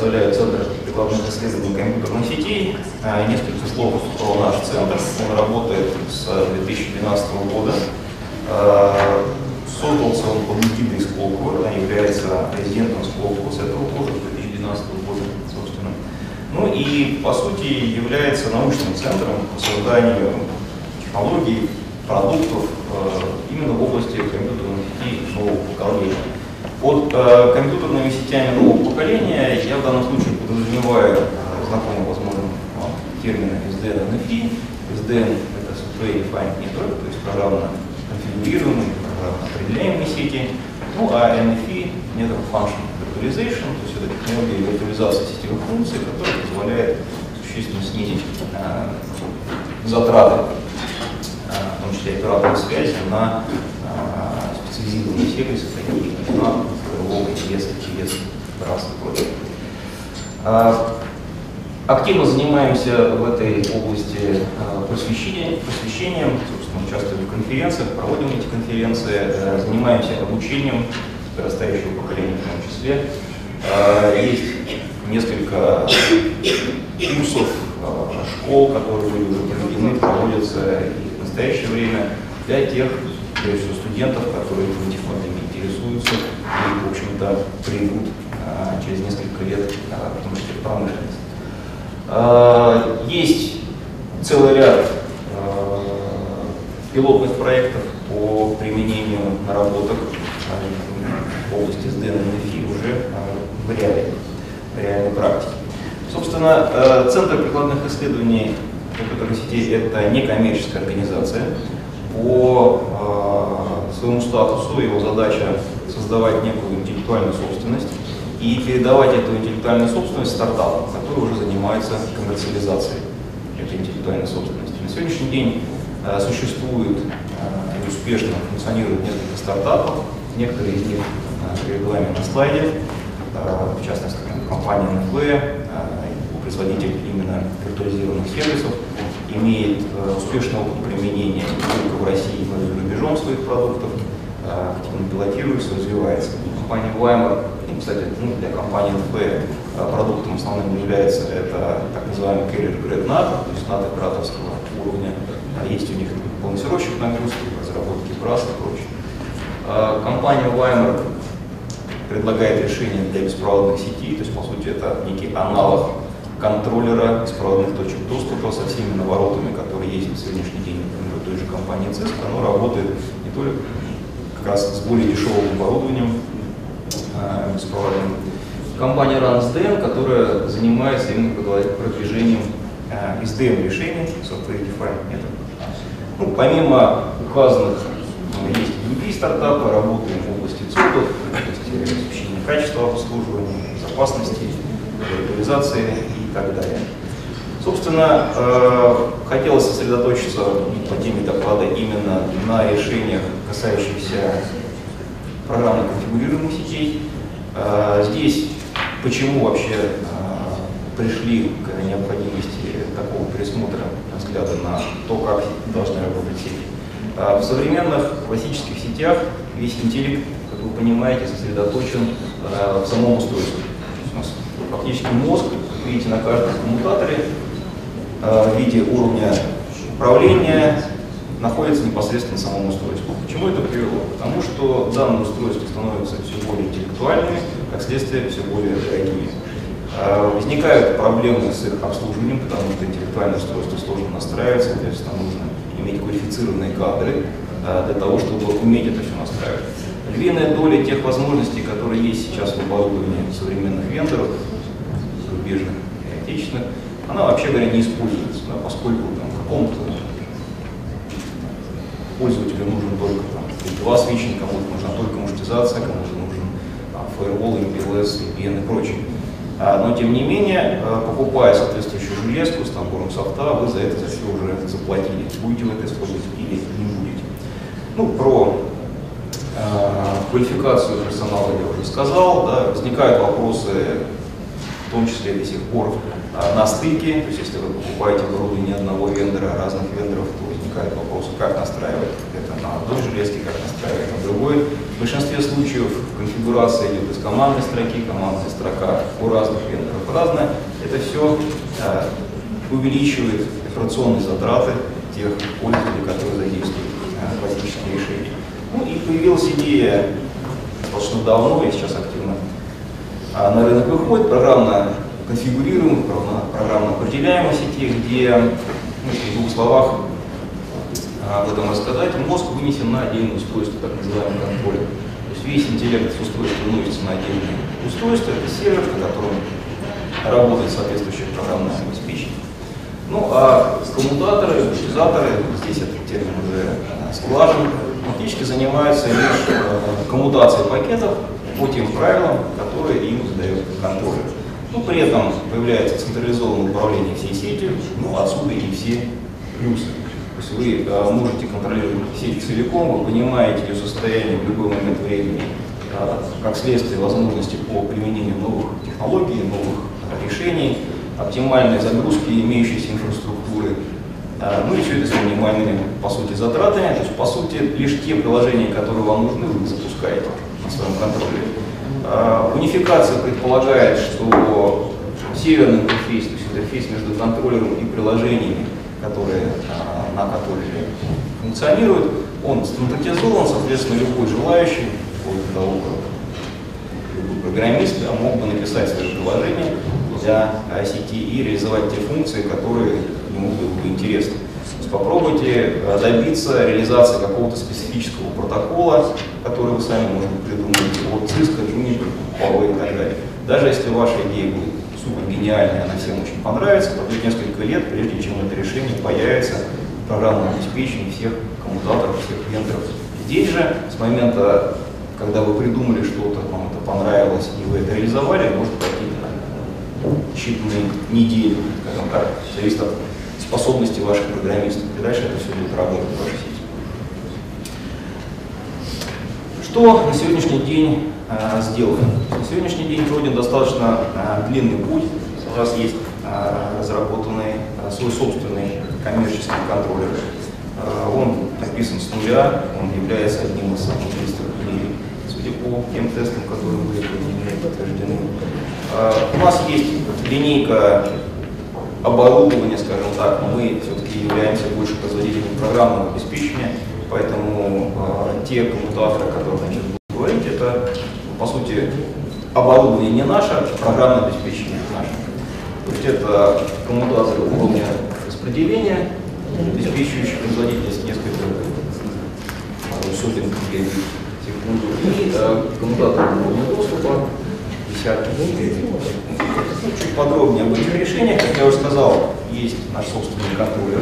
представляю Центр прикладных исследований компьютерных сетей. Несколько слов про наш центр. Он работает с 2012 года. Создался он под эгидой Сколково, является резидентом Сколково с этого года, 2012 года, собственно. Ну и, по сути, является научным центром по созданию технологий, продуктов именно в области компьютерных сетей нового поколения. Под компьютерными сетями нового поколения я в данном случае подразумеваю знакомый, возможно, термины SDN и NFI. SDN — это Software Defined Network, то есть программно конфигурируемые, программно определяемые сети. Ну а NFI — Network Function Virtualization, то есть это технология виртуализации сетевых функций, которая позволяет существенно снизить затраты, в том числе операторной связи, на специализированные сервисы, такие как NAT, Firewall, ETS, RAS и прочее. Активно занимаемся в этой области просвещением, собственно, участвуем в конференциях, проводим эти конференции, занимаемся обучением подрастающего поколения в том числе. Есть несколько курсов, школ, которые были уже проведены, проводятся и в настоящее время для тех, прежде всего, студентов, которые этими технологиями интересуются и, в общем-то, придут через несколько лет, в том числе в промышленность. Есть целый ряд пилотных проектов по применению наработок в области SDN и NFI уже в реальной практике. Собственно, Центр прикладных исследований компьютерных сетей — это некоммерческая организация. По своему статусу его задача создавать некую интеллектуальную собственность и передавать эту интеллектуальную собственность стартапам, которые уже занимаются коммерциализацией этой интеллектуальной собственности. На сегодняшний день существует и успешно функционирует несколько стартапов, некоторые из них перед вами на слайде, в частности, компания NFI, производитель именно виртуализированных сервисов, имеет успешный опыт применения не только в России, но и за рубежом своих продуктов, активно пилотируется, развивается. Компания Weimar, кстати, для компании NFI продуктом основным является это так называемый carrier grade NAT, то есть NAT операторского уровня. Есть у них балансировщик нагрузки, разработки BRAS и прочее. Компания Weimar предлагает решения для беспроводных сетей, то есть, по сути, это некий аналог контроллера беспроводных точек доступа со всеми наворотами, которые есть на сегодняшний день, например, у той же компании Cisco. Оно работает не только как раз с более дешевым оборудованием беспроводным. Компания RANSDN, которая занимается именно продвижением SDM решений, Software Defined Network. Помимо указанных, есть и другие стартапы, работаем в области ЦОДов, то есть обеспечения качества обслуживания, безопасности, виртуализации и так далее. Собственно, хотелось сосредоточиться по теме доклада именно на решениях, касающихся программно конфигурируемых сетей. Здесь почему вообще пришли к необходимости такого пересмотра взгляда на то, как должны работать сети. В современных классических сетях весь интеллект, как вы понимаете, сосредоточен в самом устройстве. У нас фактически мозг, как видите, на каждом коммутаторе в виде уровня управления находится непосредственно в самом устройстве. Почему это привело? Потому что данные устройства становятся все более интеллектуальными, как следствие, все более дорогими. Возникают проблемы с их обслуживанием, потому что интеллектуальное устройство сложно настраивать, соответственно, нужно иметь квалифицированные кадры для того, чтобы уметь это все настраивать. Львиная доля тех возможностей, которые есть сейчас в оборудовании современных вендоров, зарубежных и отечественных, она, вообще говоря, не используется, поскольку какому-то пользователю нужен только два свитчинга, кому-то нужна только маршрутизация, кому-то нужен Firewall, MPLS, VPN и прочее. Но, тем не менее, покупая соответствующую железку с набором софта, вы за это все уже заплатили. Будете вы это использовать или не будете. Про квалификацию персонала я уже сказал. Да, возникают вопросы, в том числе до сих пор, на стыке. То есть, если вы покупаете оборудование одного вендора, разных вендоров, то возникает вопрос, как настраивать это на одной железке, как настраивать на другой. В большинстве случаев конфигурация идет из командной строки, командная строка у разных вендоров разная. Это все увеличивает операционные затраты тех пользователей, которые задействуют классические решения. Ну и появилась идея достаточно давно, и сейчас активно на рынок выходит, программно конфигурируемых, программно определяемых сетей, где, в двух словах об этом рассказать, мозг вынесен на отдельное устройство, так называемый контроллер. То есть весь интеллект устройства выносится на отдельное устройство, это сервер, на котором работает соответствующее программное обеспечение. Ну а коммутаторы, утилизаторы, здесь этот термин уже сглажен, фактически занимаются лишь коммутацией пакетов по тем правилам, которые им задает контроллер. Но при этом появляется централизованное управление всей сетью, ну отсюда и все плюсы. То есть вы можете контролировать сеть целиком, вы понимаете ее состояние в любой момент времени, как следствие возможности по применению новых технологий, новых решений, оптимальной загрузки имеющейся инфраструктуры, ну и все это с минимальными, по сути, затратами. То есть, по сути, лишь те приложения, которые вам нужны, вы запускаете на своем контроллере. Унификация предполагает, что серверный интерфейс, то есть интерфейс между контроллером и приложениями, которые на контроллере функционируют, он стандартизован, соответственно, любой желающий, вплоть до того, как любой программист, мог бы написать свое приложение для сети и реализовать те функции, которые ему были бы интересны. То есть попробуйте добиться реализации какого-то специфического протокола, который вы сами, может быть, придумаете, от Cisco, Juniper, Huawei и так далее. Даже если ваша идея будет супер гениальная, она всем очень понравится, пройдет несколько лет, прежде чем это решение появится в программном обеспечении всех коммутаторов, всех вендоров. Здесь же, с момента, когда вы придумали что-то, вам это понравилось, и вы это реализовали, может пройти считанные недели, скажем так, зависит от способности ваших программистов. И дальше это все будет работать в вашей сети. Что на сегодняшний день сделано? На сегодняшний день пройден достаточно длинный путь. У нас есть разработанный свой собственный коммерческий контроллер. Он написан с нуля, он является одним из самых быстрых в мире, судя по тем тестам, которые были подтверждены. У нас есть линейка оборудования, скажем так, но мы все-таки являемся больше производителем программного обеспечения, поэтому те коммутаторы, о которых я сейчас буду говорить, это, по сути, оборудование не наше, а программное обеспечение наше. То есть это коммутаторы уровня распределения, обеспечивающие производительность несколько сотен гигабит в секунду, и коммутаторы уровня доступа, десятки гигабит. Чуть подробнее об этих решениях. Как я уже сказал, есть наш собственный контроллер.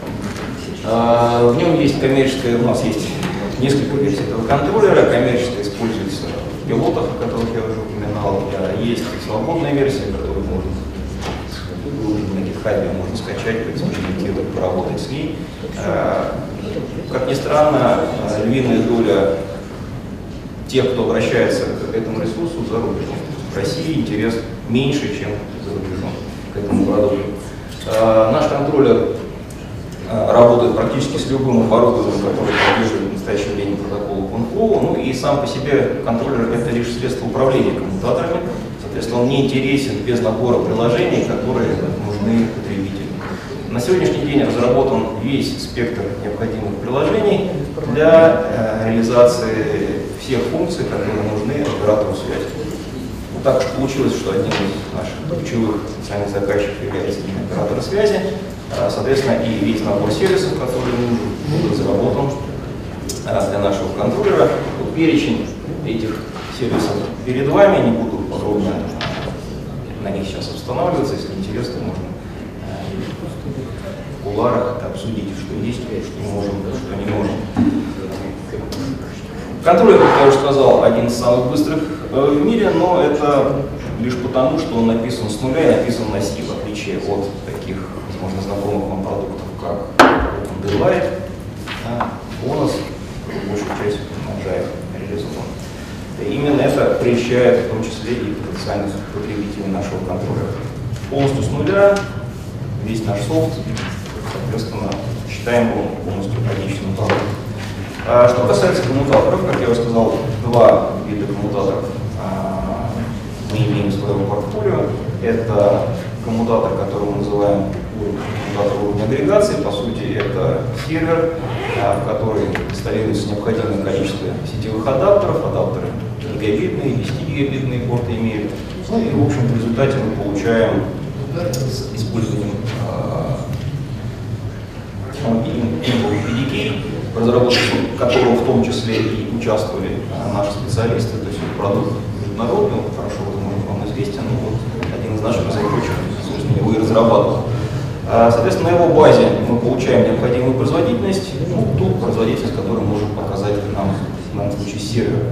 В нем есть коммерческая, у нас есть несколько версий этого контроллера. Коммерческая используется в пилотах, о которых я уже упоминал. Есть свободная версия, которую можно на GitHub можно скачать, поэкспериментировать, поработать с ней. Как ни странно, львиная доля тех, кто обращается к этому ресурсу, за рубежом. В России интерес меньше, чем за рубежом к этому продукту. Наш контроллер работает практически с любым оборудованием, которое поддерживает в настоящее время протокол OpenFlow. Ну и сам по себе контроллер — это лишь средство управления коммутаторами. Соответственно, он не интересен без набора приложений, которые нужны потребителю. На сегодняшний день разработан весь спектр необходимых приложений для реализации всех функций, которые нужны оператору связи. Так уж получилось, что одним из наших ключевых социальных заказчиков является именно оператор связи. Соответственно, и весь набор сервисов, который был разработан для нашего контроллера. Вот перечень этих сервисов перед вами, не буду подробно на них сейчас останавливаться. Если интересно, можно в кулуарах обсудить, что есть, что можем, что не можем. Контроллер, как я уже сказал, один из самых быстрых в мире, но это лишь потому, что он написан с нуля и написан на C, в отличие от таких, возможно, знакомых вам продуктов, как OpenDaylight, Бонус, большую часть на Java реализован. И именно это прельщает в том числе и потенциальных потребителей нашего контроллера. Полностью с нуля, весь наш софт, соответственно, считаем его полностью отечественным продуктом. Что касается коммутаторов, как я уже сказал, два вида коммутаторов мы имеем в своем портфолио. Это коммутатор, который мы называем коммутатор уровня агрегации. По сути, это сервер, в который инсталируется необходимое количество сетевых адаптеров. Адаптеры гигабитные, 10-гигабитные порты имеют. Ну и, в общем, в результате мы получаем с использованием PDK, в разработке которого в том числе и участвовали наши специалисты. То есть продукт международный, хорошо, возможно, вам известен, но вот один из наших разработчиков, собственно, его и разрабатывал. Соответственно, на его базе мы получаем необходимую производительность, ну, ту производительность, которую можем показать нам, в данном случае, сервер.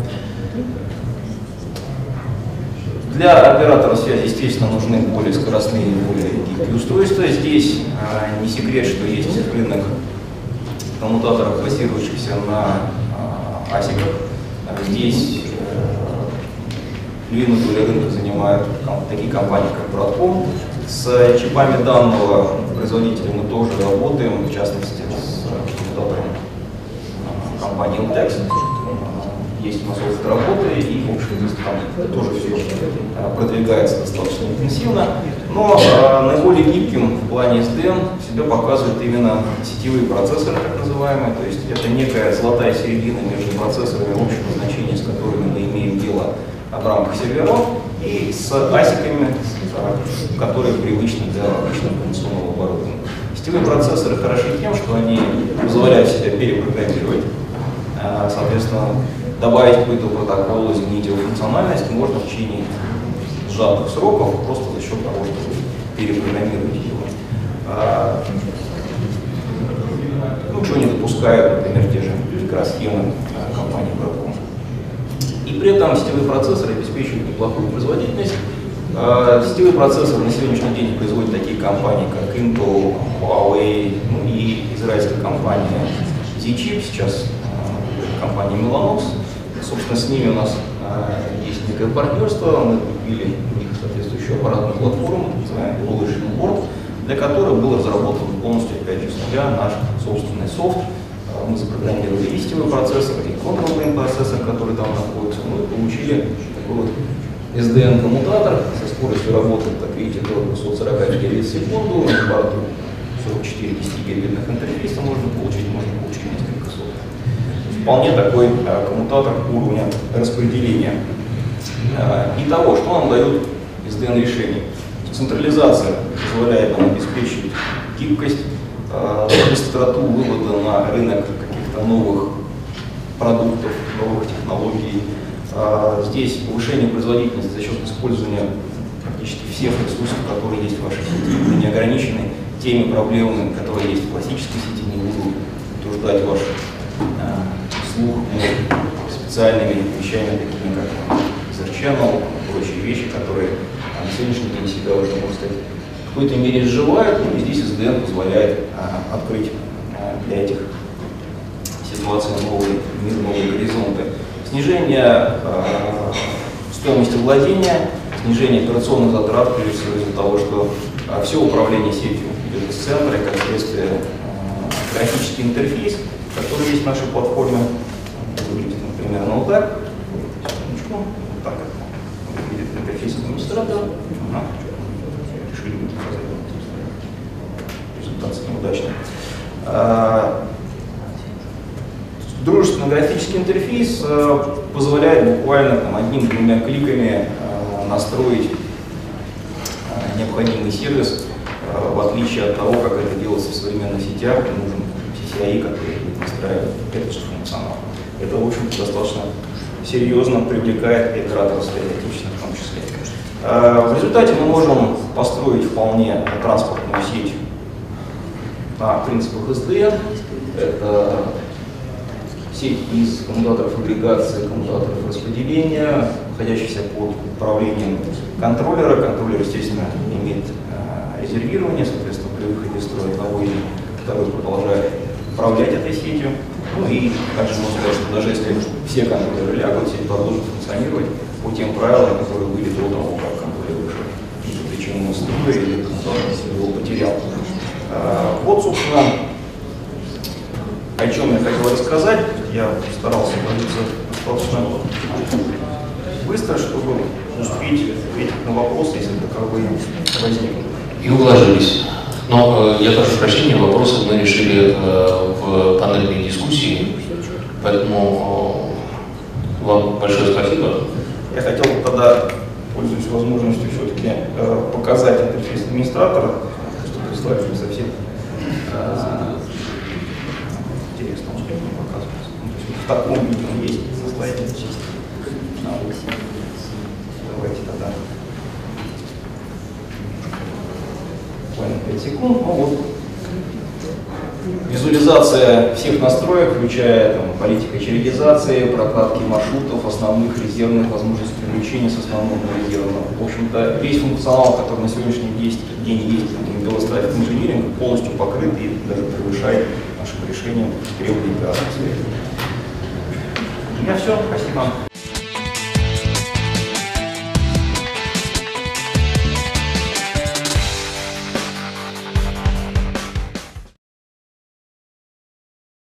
Для оператора связи, естественно, нужны более скоростные и более гибкие устройства. Здесь не секрет, что есть рынок коммутаторов, базирующихся на асиках. Здесь львиную долю рынка занимают такие компании, как Broadcom. С чипами данного производителя мы тоже работаем, в частности, с коммутатором компании Intel. Есть у нас опыт работы, и, в общем, там тоже все продвигается достаточно интенсивно. Но наиболее гибким в плане SDN себя показывают именно сетевые процессоры, так называемые. То есть это некая золотая середина между процессорами общего значения, с которыми мы имеем дело в рамках серверов, и с асиками, которые привычны для обычного информационного оборудования. Сетевые процессоры хороши тем, что они позволяют себя перепрограммировать. Соответственно, добавить какой-то протокол, изменить его функциональность можно в течение сжатых сроков, просто за счет того, чтобы перепрограммировать его. Ну, чего не допускают, например, те же микросхемы компании Broadcom. И при этом сетевые процессоры обеспечивают неплохую производительность. Сетевые процессоры на сегодняшний день производят такие компании, как Intel, Huawei, ну и израильская компания Z-Chip, сейчас компания Mellanox. Собственно, с ними у нас есть некое партнерство. Мы купили у них соответствующую аппаратную платформу, называемую Evolution Board, для которой был разработан полностью, опять же, с нуля наш собственный софт. Мы запрограммировали и сетевой процессор, и control plane процессор, который там находится. Мы получили такой вот SDN-коммутатор со скоростью работы, как видите, до 240 гигабит в секунду, на борту 44 10-гигабитных интерфейса можно получить несколько сот. Вполне такой коммутатор уровня распределения. Итого, что нам дают SDN-решения? Централизация позволяет нам обеспечить гибкость, быстроту вывода на рынок каких-то новых продуктов, новых технологий. Здесь повышение производительности за счет использования практически всех ресурсов, которые есть в вашей сети. Вы не ограничены теми проблемами, которые есть в классической сети, не буду утруждать ваш слух специальными вещами, такими как Channel, прочие вещи, которые на сегодняшний день себя уже, можно сказать, в какой-то мере сживают, и здесь SDN позволяет открыть для этих ситуаций новые горизонты. Снижение стоимости владения, снижение операционных затрат, прежде всего из-за того, что все управление сетью идет из центра, и как следствие графический интерфейс, который есть в нашей платформе, выглядит, например, вот так. Вот так выглядит интерфейс администратора. Решили показать. Презентация неудачная. Дружественный графический интерфейс позволяет буквально одним-двумя кликами настроить необходимый сервис, в отличие от того, как это делается в современных сетях, где нужен CCI, который настраивает этот же функционал. Это, в общем-то, достаточно серьезно привлекает и операторов связи отечественных в том числе. В результате мы можем построить вполне транспортную сеть на принципах SDN. Это сеть из коммутаторов агрегации, коммутаторов распределения, находящихся под управлением контроллера. Контроллер, естественно, имеет резервирование, соответственно, при выходе из строя одного или второй продолжает управлять этой сетью. Ну и также можно сказать, что даже если все контроллеры лягут, сеть продолжит функционировать по тем правилам, которые были до того, как контроллер уже причинил струя или его потерял. Вот, собственно, о чем я хотел рассказать. я старался говориться достаточно быстро, чтобы успеть ответить на вопросы, если таковые возникнут. И уложились. Но я прошу прощения, вопросы мы решили в панельной дискуссии, поэтому вам большое спасибо. Я хотел бы тогда, пользуясь возможностью, все-таки показать интерфейс администратора, чтобы слайд не совсем интересно, он не показывается. В таком виде он есть на слайде. Давайте тогда. Буквально 5 секунд. Ну, вот. Визуализация всех настроек, включая политику очередизации, прокладки маршрутов, основных резервных, возможностей привлечения с основного резерва. В общем-то, весь функционал, который на сегодняшний день есть в Intel Traffic Engineering, полностью покрыт и даже превышает нашим решением требования операции. У меня все. Спасибо.